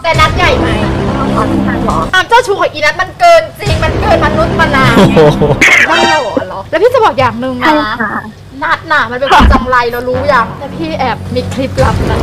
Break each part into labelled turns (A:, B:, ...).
A: แต่นัดใหญ่ไหมความเจ้าชู้ของอีนัทมันเกินจริงมันเกินมนุษย์มนาไม่หรอแล้วพี่จะบอกอย่างหนึ่งนะนัดน่ะมันเป็นคนจังไรเรารู้อย่างแต่พี่แอบมีคลิปลับนะ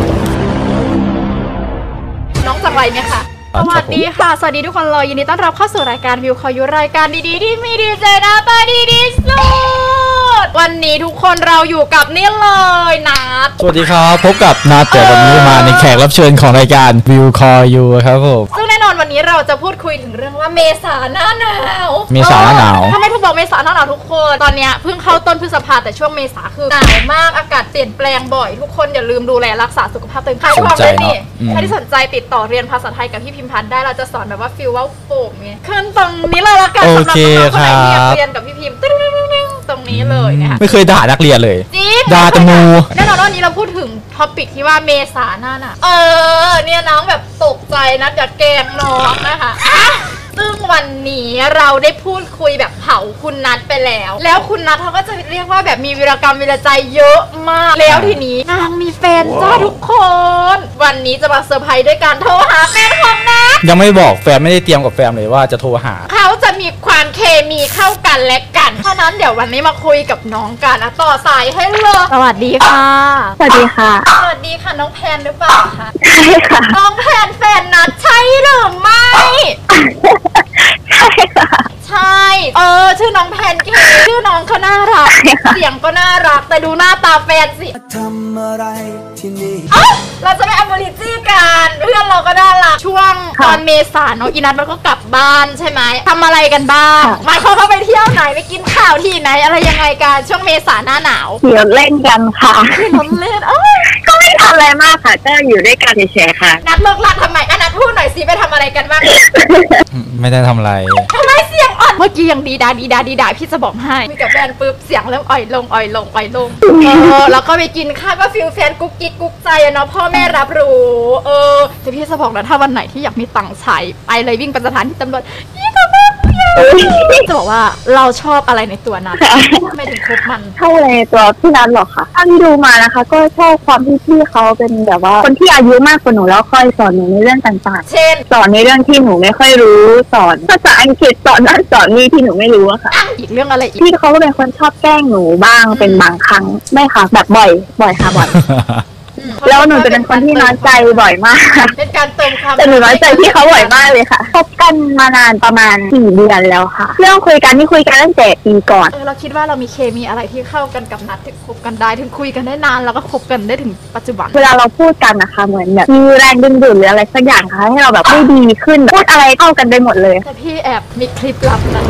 A: น้องจังไรไหมคะสวัสดีค่ะสวัสดีทุกคนเลยยินดีต้อนรับเข้าสู่รายการวิวคอยุรายการดีๆที่มีดีเจนะตาดีที่สุดวันนี้ทุกคนเราอยู่กับนี่เลยนัท
B: สวัสดีครับพบกับนัทแต่วันนี้มาในแขกรับเชิญของรายการวิวคอยูครับผม
A: ซึ่งแน่นอนวันนี้เราจะพูดคุยถึงเรื่องว่าเมษาหน้าหนาว
B: เมษาหน้าหนาว
A: ทำไมถึงบอกเมษาหน้าหนาวทุกคนตอนนี้เพิ่งเข้าต้นพฤษภาแต่ช่วงเมษาคือหนาวมากอากาศเปลี่ยนแปลงบ่อยทุกคนอย่าลืมดูแลรักษาสุขภาพตัวเองใครความได้นี่ใครที่สนใจติดต่อเรียนภาษาไทยกับพี่พิมพันธ์ได้เราจะสอนแบบว่าฟิลว่าโป่งไงขึ้นตรงนี้เลยละกันสำหรับน้องๆคนไหนที่อยากเรียนกับพี่พิมพ์ตรงนี้เลยนะคะ
B: ไม่เคยด่านักเรียนเลย
A: จริง
B: ด่าแต่มู
A: แน่นอนวันนี้เราพูดถึงท็อปิกที่ว่าเมษาหน้าหนาวเนี่ยน้องแบบตกใจนะอย่าแกล้งน้องนะคะซึ่งวันนี้เราได้พูดคุยแบบเผาคุณนัทไปแล้วคุณนัทเขาก็จะเรียกว่าแบบมีวีรกรรมวีรใจเยอะมากแล้วทีนี้นางมีแฟนจ้าทุกคนวันนี้จะมาเซอร์ไพรส์ด้วยการโทรหาแฟนของนัท
B: ยังไม่บอกแฟนไม่ได้เตรียมกับแฟนเลยว่าจะโทรหา
A: เขาจะมีความเคมีเข้ากันและกันเพราะนั้นเดี๋ยววันนี้มาคุยกับน้องกันนะต่อสายให้เลยสวัสดีค่ะ
C: สวัสดีค่ะ
A: สวัสดีค่ะน้องแพนหรือเปล่าคะ
C: ใช่ค่ะ
A: น้องแพนแฟนนัทใช่หรือไม่
C: ใช่ค่ะ
A: ใช่ชื่อน้องแพนเค้กชื่อน้องเขาน่ารักเสียงก็น่ารักแต่ดูหน้าตาแฟนสิทำอะไรที่นี่เราจะไม่อเมริจี้กันเพื่อนเราก็น่ารักช่วงตอนเมษาเนาะอีนัทมันก็กลับบ้านใช่ไหมทำอะไรกันบ้างมาเขาไปเที่ยวไหนไปกินข้าวที่ไหนอะไรยังไงกันช่วงเมษาหน้าหนาว
C: เดี๋ยวเล่นกันค่ะ
A: เล่น
C: ก็ไม่ทำอะไรมากค่ะก็อยู่ด้วยกันเฉยๆค่ะ
A: นัดเลิกลาทำไมนัดพูดหน่อยสิไปทำอะไรกันบ้าง
B: ไม่ได้ทำอะไร
A: ทำไมเสียงอ่อนเมื่อกี้ยังดีดาพี่จะบอกให้คุยกับแฟนปุ๊บเสียงเริ่มอ่อยลงแล้วก็ไปกินข้าวก็ฟิลแฟนกุ๊กกิ๊กกุ๊กใจเนาะพ่อแม่รับรู้แต่พี่จะบอกนะถ้าวันไหนที่อยากมีตังค์ใช้ไปเลยวิ่งไปสถานที่ตำรวจพี่จะบอกว่าเราชอบอะไรในตัวนัทไม่ถึงคบมัน
C: ชอบอะไรในตัวพี่นัทหรอคะถ้าที่ดูมานะคะก็ชอบความที่พี่เขาเป็นแบบว่าคนที่อายุมากกว่าหนูแล้วคอยสอนหนูในเรื่องต่างๆ
A: เช่น
C: สอนในเรื่องที่หนูไม่ค่อยรู้สอนภาษาอังกฤษสอนนั่นสอนนี่ที่หนูไม่รู้อะค่ะ
A: อีกเรื่องอะไรอีก
C: พี่เขาก็เป็นคนชอบแกล้งหนูบ้างเป็นบางครั้งไม่ค่ะแบบบ่อยค่ะบ่อยแล้วหนูจะเป็นคนที่น้อยใจบ่อยมาก
A: เป็นการเติมความ
C: แต่หนูน้อยใจพี่เขาบ่อยมากเลยค่ะคบกันมานานประมาณ4 เดือนแล้วค่ะเรื่องคุยกันที่คุยกันตั้งแต่ปีก่อน
A: เราคิดว่าเรามีเคมีอะไรที่เข้ากันกับนัทที่คบกันได้ถึงคุยกันได้นานแล้วก็คบกันได้ถึงปัจจุบัน
C: เวลาเราพูดกันนะคะเหมือนแบบมีแรงดึงดูดหรืออะไรสักอย่างค่ะให้เราแบบได้ดีขึ้นพูดอะไรเข้ากันได้หมดเลย
A: แต่พี่แอบมีคลิปลับนะ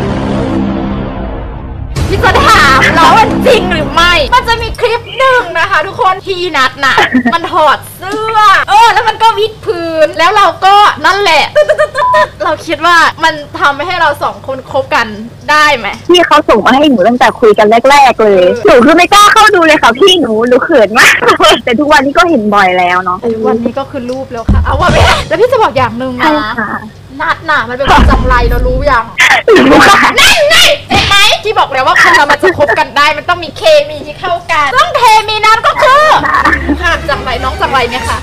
A: พี่จะถามแล้วมันจริงหรือไม่มันจะมีคลิปหนึ่งนะคะทุกคนที่นัทน่ะมันถอดเสื้อแล้วมันก็วิดพื้นแล้วเราก็นั่นแหละเราคิดว่ามันทำให้เรา2 คนคบกันได้ไหม
C: พี่เขาส่งมาให้หนูตั้งแต่คุยกันแรกๆเลยหนูคือไม่กล้าเข้าดูเลยค่ะพี่หนูเขินมากแต่ทุกวันนี้ก็เห็นบ่อยแล้วเนาะ
A: วันนี้ก็คือรูปแล้วค่ะเอาว่าไปแล้วพี่จะบอกอย่างหนึ่งนะนัดน่ะมันเป็นคนจังไรเรารู้ยังนั่นเห็นไหมที่บอกแล้วว่าคนเรามันจะคบกันได้มันต้องมีเคมีที่เข้ากันต้องเคมีนั้นก็คือค่ะจังไรน้องจังไรเนี่ยค่ะ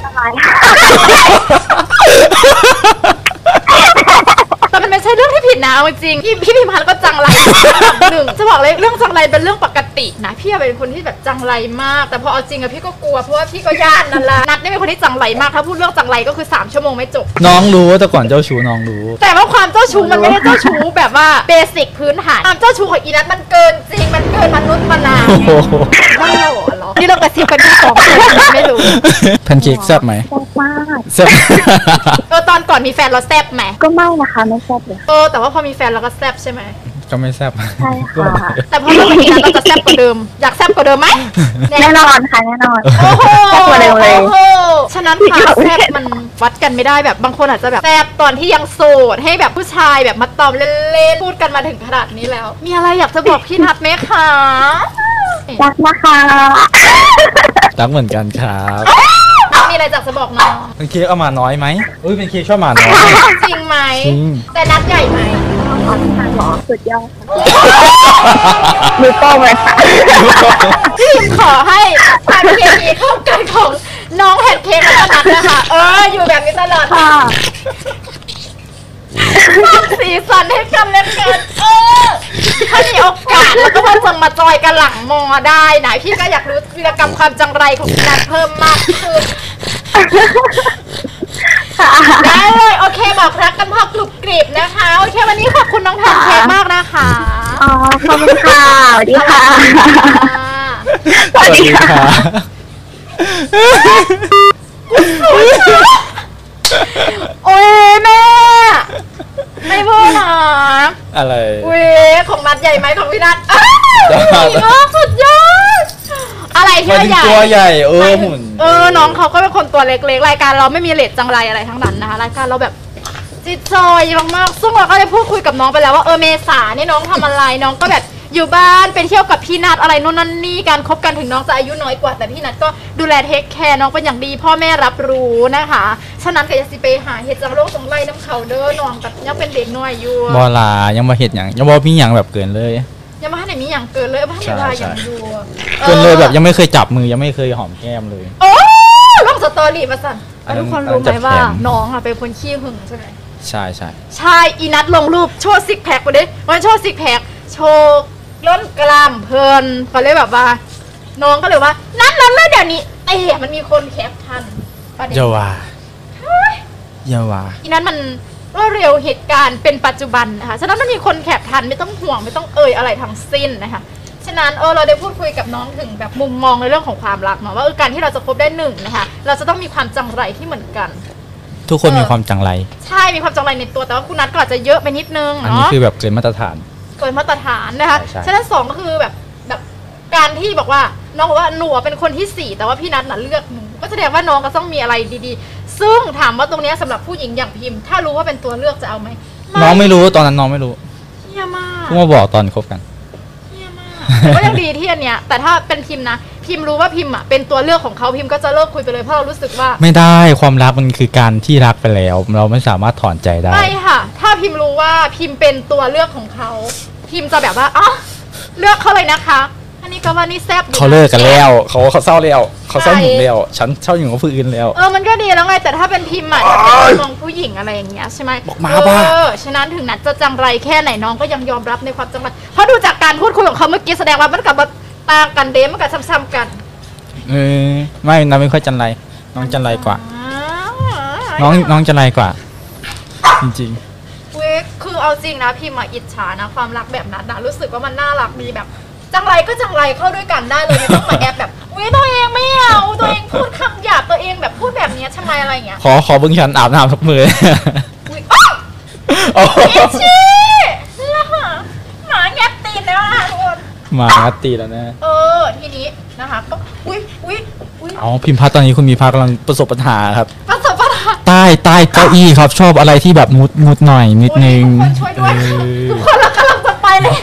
A: แต่มันไม่ใช่เรื่องที่ผิดนะจริงพี่พิมพันธ์ก็จังไรหนึ่งจะบอกเลยเรื่องจังไรเป็นเรื่องปกตินะพี่เป็นคนที่แบบจังไรมากแต่พอเอาจริงอะพี่ก็กลัวเพราะว่าพี่ก็ย่านนั่นแหละนัดนี่เป็นคนที่จังไรมากถ้าพูดเรื่องจังไรก็คือ3 ชั่วโมงไม่จบ
B: น้องรู้แต่ก่อนเจ้าชู้น้องรู้
A: แต่ว่าความเจ้าชู้มันไม่ได้เจ้าชู้แบบว่าเบสิกพื้นฐานความเจ้าชู้ของอีนัทมันเกินจริงมันเกินมนุษย์มนาไม่หรอนี่เรากระซิบกันที่2 คนไม่รู้
B: แพนเค้กแซ่บไหม
C: มาก
B: แซ่บ
A: ตอนก่อนมีแฟนเราแซ่บไหม
C: ก็ไม่นะคะไม่แซ่บเลย
A: แต่ว่าพอมีแฟนเราก็แซ่บใช่ไหม
B: ก็ไม่แซ่บ
C: ใช่ค่ะ
A: แต่พอเรามีเราจะแซ่บกว่าเดิมอยากแซ่บกว่าเดิมไหม
C: แน่นอนค่ะแน่นอน
A: โอ้โห
C: แซ่บกว่าเดิมเลย
A: ฉะนั้นความแซ่บมันวัดกันไม่ได้แบบบางคนอาจจะแบบแซ่บตอนที่ยังโสดให้แบบผู้ชายแบบมาตอมเล่นๆพูดกันมาถึงขนาดนี้แล้วมีอะไรอยากจะบอกพี่นัทไหมคะ
C: รักนะคะ
B: รักเหมือนกันครับ
A: มีอะไรจะบอกน้อง
B: เป็นเค้กเอามาน้อยไหมเป็นเค้กชอบมาน้อย
A: จริงไหมแต่นัดใหญ่ไหม
C: อ๋อทางหมอสุดยอดมือโป้งเลยค่ะ
A: พิมขอให้ความเคมีเข้ากันของน้องแพนเค้กและนัทนะคะอยู่แบบนี้ตลอด
C: ค่ะ
A: สร้างสีสันให้กันและกันถ้ามีโอกาสแล้วก็มาจะมาจอยกันหลังมอได้นะพี่ก็อยากรู้วีรกรรมความจังไรของพี่นัทเพิ่มมากขึ้นได้เลยโอเคบอกรักกันพอกรุบกริบนะคะโอเควันนี้ขอบคุณน้องแพนเค้กมากนะคะ
C: อ๋อขอบคุณค่ะสวัสดีค่ะ
B: สวัสดีค่ะ
A: โอ้ยแม่ไม่พูดนะ
B: อะไร
A: เว้ยของนัดใหญ่ไหมของพี่นัทใหญ่มากสุดยอดอะไรที่
B: มัน
A: ใหญ่
B: ตัวใหญ่หุ่น
A: น้องเขาก็เป็นคนตัวเล็กๆรายการเราไม่มีเลทจังไรอะไรทั้งนั้นนะคะรายการเราแบบจิตจอยมากๆซึ่งเราก็ได้พูดคุยกับน้องไปแล้วว่าเมษาเนี่ยน้องทำอะไรน้องก็แบบอยู่บ้านไปเที่ยวกับพี่นัทอะไรโน่นนั่นนี่การคบกันถึงน้องจะอายุน้อยกว่าแต่พี่นัทก็ดูแลเทคแคร์น้องเป็นอย่างดีพ่อแม่รับรู้นะคะฉะนั้นก็จะสิไปหาเห็ดจังโลกจังไรน้ำเขาเด้อน้องกับยังเป็นเด็กน้อยอยู่
B: บอลายังมาเห็ดอย่างยังบอมีอย่างแบบเกินเลย
A: ยังไม่ให้ไหนมีอย่างเกินเลยบ้านไหนว่าอย่างอยู่
B: เกินเลยแบบยังไม่เคยจับมือยังไม่เคยหอมแก้มเลย
A: โอ้ลงสตอรี่มาสั่น
B: อันนั้น
A: ทุกคนรู้ไหม
B: จับแขน
A: ว่าน้องอะเป็นคนขี้หึงใช่ไหม
B: ใช่ใช่
A: ใช่อีนัทลงรูปโชว์ซิกแพคไปดิวันโชว์ซิกแพคโชว์ล้นกล้ามเพลินก็เลยแบบว่า น้องก็เลยว่านั่นแล้วเดี๋ยวนี้มันมีคนแคปทันประเด็น
B: เยาวาเยาวา
A: อีนั้นมันรวดเร็วเหตุการณ์เป็นปัจจุบันนะคะฉะนั้นมันมีคนแคปทันไม่ต้องห่วงไม่ต้องอะไรทั้งสิ้นนะคะฉะนั้นเราได้พูดคุยกับน้องถึงแบบมุมมองในเรื่องของความรักเนาะว่าการที่เราจะคบได้หนึ่งนะคะเราจะต้องมีความจังไรที่เหมือนกัน
B: ทุกคนมีความจังไร
A: ใช่มีความจังไรในตัวแต่ว่าคุณนัทก็อาจจะเยอะไปนิดนึง
B: อันนี้
A: เนาะ
B: คือแบบเกินมาตรฐาน
A: เกินมาตรฐานนะคะ
B: ใช่
A: ฉะนั้นสองก็คือแบบการที่บอกว่าน้องบอกว่าหนูเป็นคนที่สี่แต่ว่าพี่นัทน่ะเลือกหนูก็แสดงว่าน้องก็ต้องมีอะไรดีๆซึ่งถามว่าตรงเนี้ยสำหรับผู้หญิงอย่างพิมพ์ถ้ารู้ว่าเป็นตัวเลือกจะเอาไหม
B: น้องไม่รู้ตอนนั้นน้องไม่รู้
A: เฮียมาก
B: เพิ่งมาบอกตอนคบกัน
A: เฮียมากแต่ก็ยังดีที่อันเนี้ยแต่ถ้าเป็นพิมพ์นะพิมพ์รู้ว่าพิมพ์อ่ะเป็นตัวเลือกของเขาพิมพ์ก็จะเลิกคุยไปเลยเพราะเรารู้สึกว่า
B: ไม่ได้ความรักมันคือการที่รักไปแล้ว เราไม่สามารถถอนใจได้
A: ไม่ค่ะ ถ้าพิมพ์รู้ว่าพิมพ์เป็นตัวเลือกของเขาพิมพ์จะแบบว่าเลือกเขาเลยนะคะอันนี้ก็ว่านี่แซ่บอยู่นะ
B: เขาเลิกกันแล้วเขาเศร้าแล้วเขาเศร้าหนุ่มแล้วฉันเศร้าอยู่กับผู้อื่นแล้ว
A: มันก็ดีแล้วไงแต่ถ้าเป็นพิมพ์อ่ะจะเป็นมองผู้หญิงอะไรอย่างเงี้ยใช่ไหม
B: บอกมาบ้า
A: ฉะนั้นถึงนัดจะจังไรแค่ไหนน้องก็ยังยอมรับในความจังไรเพราะดูจากการพูดคุยของเขาเมื่อกี้แสดงว่ามันกับต่างกันเดมมันกับซ้ำๆกัน
B: ไม่น้องไม่ค่อยจันไรน้องจันไรกว่า น้องจันไรกว่า จริง
A: เว้ยคือเอาจริงนะพิมพ์อิจฉานะความรักแบบนั้นนะรู้สึกว่ามันน่ารักดีแบบจังไรก็จังไรเข้าด้วยกันได้เลยไม่ต้องมาแอบแบบตัวเองไม่เอาตัวเองพูดคำหยาบตัวเองแบบพูดแบบนี้ทำไมอะไรอย่างเงี้ย
B: ขอเบิ้งฉันอาบน้ำทุกมือ
A: อุ๊ยอิชชี่หมาแงบตีนเลยว่ะทุกคน
B: มาตีแล้วนะ
A: ทีนี้นะคะก็อุ้ย
B: เอาพิมพ์พัดตอนนี้คุณมีพัดกำลังประสบปัญหาครับ
A: ประสบปัญหา
B: ใต้เก้าอี้ครับชอบอะไรที่แบบมุดหน่อยนิดนึง
A: ทุกคนช่วยด้วยทุกคนเรากำลังจะไปเลย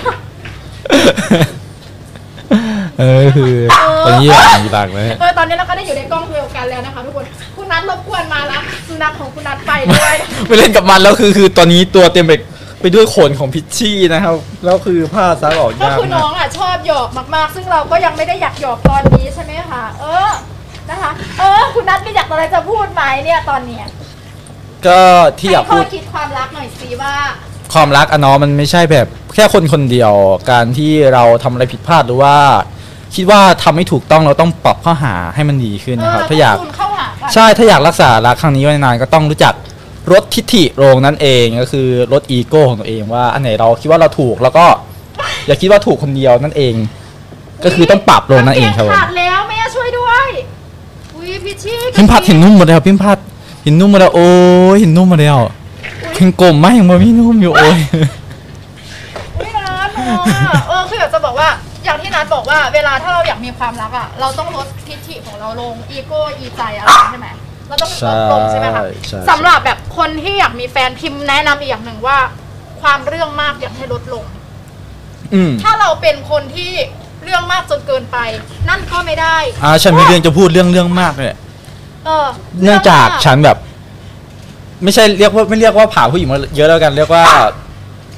B: คือตอนนี้อย่างหลักเลย
A: ตอนนี้เราก็ได้อยู่ในกล้องเดียวกันแล้วนะคะทุกคนคุณนัทรบกวนมาแล้วสุนัขของคุณนัทไปด้วย
B: ไปเล่นกับมันแล้วคือตอนนี้ตัวเต็มไปด้วยขนของพิชชี่นะครับแล้วคือผ้าซักออก
A: ก็
B: ยาก
A: คือน้
B: มา
A: อก งชอบหยอกมากๆ ซึ่งเราก็ยังไม่ได้อยากหยอกตอนนี้ใช่ไหมคะนะคะคุณนัทมีอยากอะไรจะพูดไหมเนี่ยตอนเนี้ย
B: ก็ที่อยาก
A: ให้ข้
B: พู
A: อ
B: ด
A: คิดความรักหน่อยสิว่า
B: ความรักอะเนาะมันไม่ใช่แบบแค่คนคนเดียวการที่เราทำอะไรผิดพลาดหรือว่า คิดว่าทำไม่ถูกต้องเราต้องปรับข้อหาให้มันดีขึ้นนะครับถ้าอยาก
A: เข้าหากัน
B: ใช่ถ้าอยากรักษารักครั้งนี้ไว้นานก็ต้องรู้จักลดทิฐิลงนั่นเองก็คือลดอีโก้ของตัวเองว่าอันไหนเราคิดว่าเราถูกแล้วก็ อย่าคิดว่าถูกคนเดียวนั่นเอง ก็คือต้องปรับลงนั่นเองครับผม
A: ขาดแล้วแม่ช่วยด้วยอุ้ยพี่ชี่
B: พิมพ์พัดเห็นนุ่มหมดแล้วพิมพ์พัดเห็นนุ่มหมดแล้วโอ้ยเห็นนุ่มหมดแล้วเข่งกลมมากยังบ่มีนุ่มอยู่โอ้ย
A: อุ้ยนัทคืออยากจะบอกว่าอย่างที่นัทบอกว่าเวลาถ้าเราอยากมีความรักอ่ะเราต้องลดทิฐิของเราลงอีโก้อีใจอะไรใช่ไหมเราต้องลดลงใช่ไหมคะสำหรับแบบคนที่อยากมีแฟนพิมพ์แนะนำอีกอย่างหนึ่งว่า ความเรื่องมากอยากให้ลดลง ถ้าเราเป็นคนที่เรื่องมากจนเกินไป นั่นก็ไม่ได้
B: ฉันมีเรื่องจะพูดเรื่องมากเลยเนื่องจากฉันแบบ ไม่ใช่ไม่เรียกว่าผ่าผู้หญิงมาเยอะแล้วกันเรียกว่า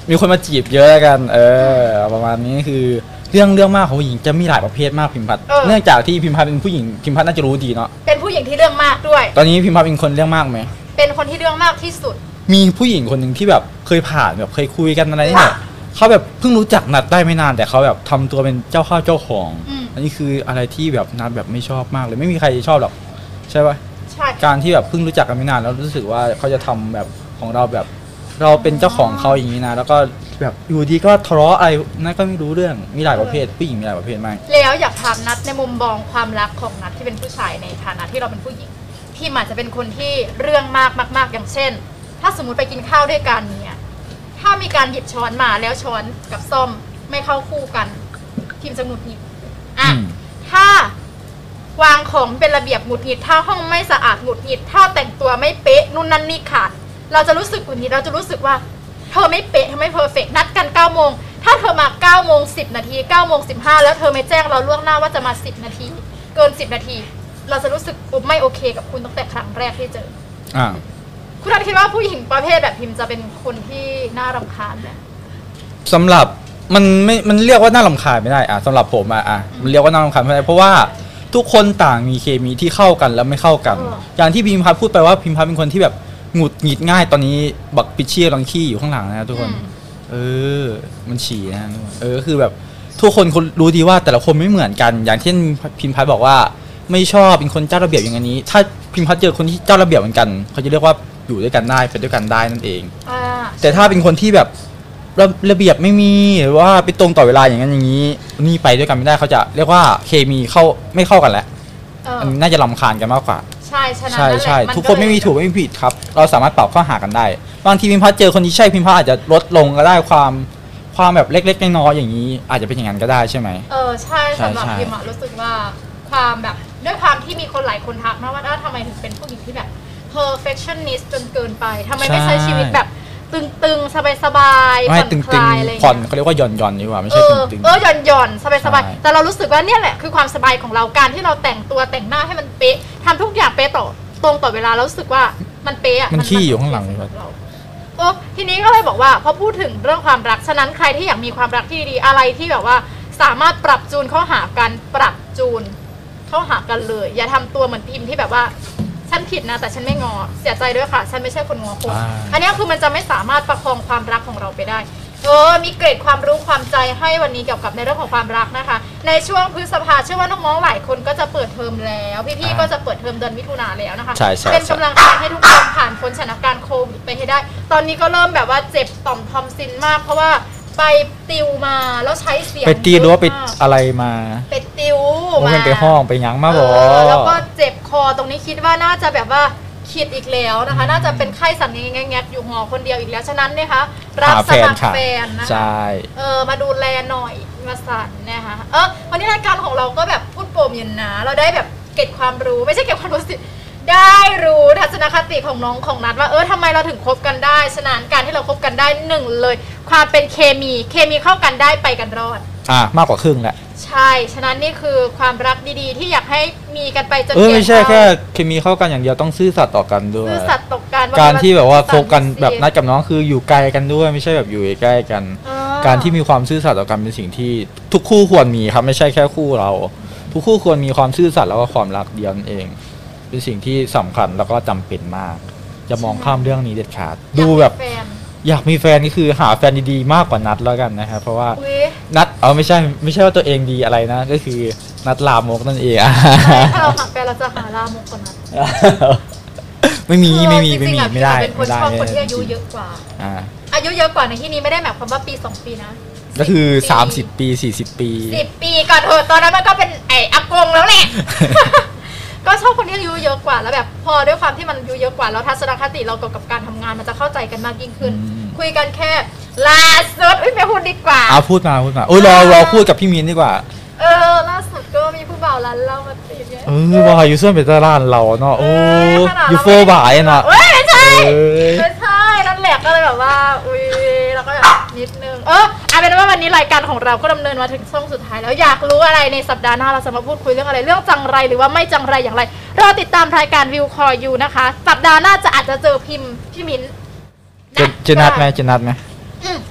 B: มีคนมาจีบเยอะกัน ประมาณนี้คือเรื่องมากของผู้หญิงจะมีหลายประเภทมากพิมพัฒน์เนื่องจากที่พิมพัฒน์เป็นผู้หญิงพิมพัฒน์น่าจะรู้ดีเนาะ
A: เป็นผู้หญิงที่เรื่องมากด้วย
B: ตอนนี้พิมพัฒน์เป็นคนเรื่องมากไหม
A: เป็นคนที่เรื่องมากที่สุด
B: มีผู้หญิงคนหนึ่งที่แบบเคยผ่านแบบเคยคุยกันอะไรนี่แหละเขาแบบเพิ่งรู้จักนัดได้ไม่นานแต่เขาแบบทำตัวเป็นเจ้าข้าวเจ้าของอันนี้คืออะไรที่แบบนัดแบบไม่ชอบมากเลยไม่มีใครชอบหรอกใช่ปะ
A: ใช่
B: การที่แบบเพิ่งรู้จักกันไม่นานแล้วรู้สึกว่าเขาจะทำแบบของเราแบบเราเป็นเจ้าของเขาอย่างนี้นะแล้วก็แบบอยู่ดีก็ทะเลาะอะไรนั่นก็ไม่รู้เรื่องมีหลายประเภทผู้หญิงมีหลายประเภทมาก
A: แล้วอยากถามนัดในมุมมองความรักของนัดที่เป็นผู้ชายในฐานะที่เราเป็นผู้หญิงที่อาจจะเป็นคนที่เรื่องมากอย่างเช่นถ้าสมมติไปกินข้าวด้วยกันเนี่ยถ้ามีการหยิบช้อนมาแล้วช้อนกับส้อมไม่เข้าคู่กันทีมจะหงุดหงิดถ้าวางของเป็นระเบียบหงุดหงิดถ้าห้องไม่สะอาดหงุดหงิดถ้าแต่งตัวไม่เป๊ะนู่นนั่นนี่ขาดเราจะรู้สึกหงุดหงิดเราจะรู้สึกว่าเธอไม่เป๊ะเธอไม่เพอร์เฟกต์นัดกัน9 โมงถ้าเธอมา9 โมง 10 นาที9 โมง 15แล้วเธอไม่แจ้งเราล่วงหน้าว่าจะมา10 นาทีเกิน10 นาทีเราจะรู้สึกไม่โอเคกับคุณตั้งแต่ครั้งแรกที่เจอคุณนัทคิดว่าผู้หญิงประเภทแบบพิมจะเป็นคนที่น่ารำคาญไหม
B: สำหรับมันเรียกว่าน่ารำคาญไม่ได้สำหรับผมมันเรียกว่าน่ารำคาญไม่ได้เพราะว่าทุกคนต่างมีเคมีที่เข้ากันแล้วไม่เข้ากันอย่างที่พิมพัฒน์พูดไปว่าพิมพัฒน์เป็นคนที่แบบหงุดหงิดง่ายตอนนี้บักปิชชี่กำลังขี้อยู่ข้างหลังนะทุกคนมันฉี่นะคือแบบทุกคนรู้ดีว่าแต่ละคนไม่เหมือนกันอย่างที่พิมพัฒน์บอกว่าไม่ชอบเป็นคนเจ้าระเบียบอย่างนี้ถ้าพิมพัฒน์เจอคนที่เจ้าระเบียบเหมือนกันเขาจะเรียกว่าอยู่ด้วยกันได้เป็นด้วยกันได้นั่นเองแต่ถ้าเป็นคนที่แบบระเบียบไม่มีหรือว่าไปตรงต่อเวลาอย่างนั้นอย่างนี้นี่ไปด้วยกันไม่ได้เขาจะเรียกว่าเคมีไม่เข้ากันแล้วอันน่าจะรำคาญกันมากกว่า
A: ใช่
B: ทุกคนไม่มีถูกไม่มีผิดครับเราสามารถปรับข้อหากันได้บางทีพิมพัฒน์เจอคนที่ใช่พิมพัฒน์อาจจะลดลงก็ได้ความแบบเล็กๆน้อยๆอย่างนี้อาจจะเป็นอย่างนั้นก็ได้ใช่ไหม
A: ใช่สำหรับพิมรู้สึกว่าความแบบด้วยความที่มีคนหลายคนทักนะว่าทำไมถึงเป็นผู้หญิงที่แบบ perfectionist จนเกินไปทำไมไม่ใช้ชีวิตแบบตึงๆสบายๆผ่อนคลายอะไร
B: ผ่อนเขาเรียกว่าหย่อนดีกว่าไม่ใช่ตึง
A: หย่อนสบายๆแต่เรารู้สึกว่าเนี่ยแหละคือความสบายของเราการที่เราแต่งตัวแต่งหน้าให้มันเป๊ะทำทุกอย่างเป๊ะตรงต่อเวลาแล้วรู้สึกว่ามันเป๊ะ
B: มันขี้อยู่ข้างหลัง
A: เราทีนี้ก็เลยบอกว่าพอพูดถึงเรื่องความรักฉะนั้นใครที่อยากมีความรักที่ดีอะไรที่แบบว่าสามารถปรับจูนเข้าหากันปรับจูนเข้าหากันเลยอย่าทำตัวเหมือนพิมพ์ที่แบบว่าฉันผิดนะแต่ฉันไม่งอเสียใจด้วยค่ะฉันไม่ใช่คนงอคนอันนี้คือมันจะไม่สามารถประคองความรักของเราไปได้มีเกร็ดความรู้ความใจให้วันนี้เกี่ยวกับในเรื่องของความรักนะคะในช่วงพฤษภาเชื่อว่าน้องๆหลายคนก็จะเปิดเทอมแล้วพี่ๆก็จะเปิดเทอมเดือนมิถุนาแล้วนะคะเป็นกำลังใจให้ทุกคนผ่านพ้นสถานการณ์โควิดไปให้ได้ตอนนี้ก็เริ่มแบบว่าเจ็บต่อมทอมซินมากเพราะว่าไปติวมาแล้วใช้เสียง
B: ไปตีหรือว่าไปอะไรมา
A: ไปติว
B: มาไปห้องไปยั้งมาบอก
A: แล้วก็เจ็บคอตรงนี้คิดว่าน่าจะแบบว่าคิดอีกแล้วนะคะน่าจะเป็นไข้สั่นแงๆอยู่หอคนเดียวอีกแล้วฉะนั้นนะคะรับสมัครแฟนนะคะมาดูแลหน่อยมาสั่นนะคะวันนี้รายการของเราก็แบบพูดโปรมยันนะเราได้แบบเก็บความรู้ไม่ใช่เก็บความรู้สิได้รู้ทัศนคติของน้องของนัทว่าทำไมเราถึงคบกันได้ฉะนั้นการที่เราคบกันได้1เลยความเป็นเคมีเข้ากันได้ไปกันรอด
B: มากกว่าครึ่งแหละ
A: ใช่ฉะนั้นนี่คือความรักดีๆที่อยากให้มีกันไปจน
B: ไม่ใช่แค่เคมีเข้ากันอย่างเดียวต้องซื่อสัตย์ต่อกันด้วย
A: ซื่อสัตย์ต่อกัน
B: การที่แบบว่าคบกันแบบนัดกับน้องคืออยู่ไกลกันด้วยไม่ใช่แบบอยู่ใกล้กันการที่มีความซื่อสัตย์ต่อกันเป็นสิ่งที่ทุกคู่ควรมีครับไม่ใช่แค่คู่เราทุกคู่ควรมีความซื่อสัตย์แล้วก็ความรักเดียวนั่นเองเป็นสิ่งที่สำคัญแล้วก็จำเป็นมากจะมองข้ามเรื่องนี้เด็ดขาดดูแบบอยากมีแฟนนี่คือหาแฟนดีๆมากกว่านัดแล้วกันนะครับเพราะว่านัดไม่ใช่ว่าตัวเองดีอะไรนะก็คือนัดลามกนั่นเอง
A: ถ้าเราหาแฟนเราจะหาลามกกว่านัด
B: ไม่มีไม่ได้
A: เป็นคนชอบคนที่อายุเยอะกว่าอายุเยอะกว่าในที่นี้ไม่ได้หมายความว่าปี2 ปีนะ
B: ก็คือ30 ปี40 ปี
A: 10 ปีก่อนตอนนั้นมันก็เป็นอากงแล้วแหละก็ชอบคนที่อายุเยอะกว่าแล้วแบบพอด้วยความที่มันอายุเยอะกว่าแล้วทัศนคติเราเกี่ยวกับการทำงานมันจะเข้าใจกันมากยิ่งขึ้นคุยกันแค่ล่าสุดไม่พูดดีกว่า
B: พูดมาเราพูดกับพี่มินดีกว่า
A: ล่าสุดก็มีผู้บ่าวร้านเรามาติดเนี่ย
B: บ่าวอยู่ส่วนเป็นร้านเราเนาะอยู่โฟบ่ายเนาะ
A: ไม่ใช่นั่นแหละก็เลยแบบว่าแล้วก็แบบนิดนึงเป็นว่าวันนี้รายการของเราก็ดำเนินมาถึงช่วงสุดท้ายแล้วอยากรู้อะไรในสัปดาห์หน้าเราจะมาพูดคุยเรื่องอะไรเรื่องจังไรหรือว่าไม่จังไรอย่างไรรอติดตามรายการวิวคอยูนะคะสัปดาห์หน้าอาจจะเจอพิมพ์พี่มิ้น
B: จะนัดไหม
A: นะคะ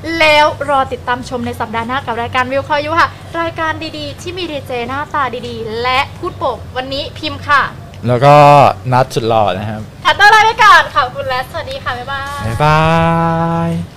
A: แล้วรอติดตามชมในสัปดาห์หน้ากับรายการวิวคอยูค่ะรายการดีๆที่มีดีเจหน้าตาดีๆและพูดโป่งวันนี้พิมพ์ค่ะ
B: แล้วก็นัดสุดหล่อนะครับ
A: ค่ะต้อนรับไปก่อนขอบคุณและสวัสดีค่ะบ๊ายบาย
B: บ๊ายบาย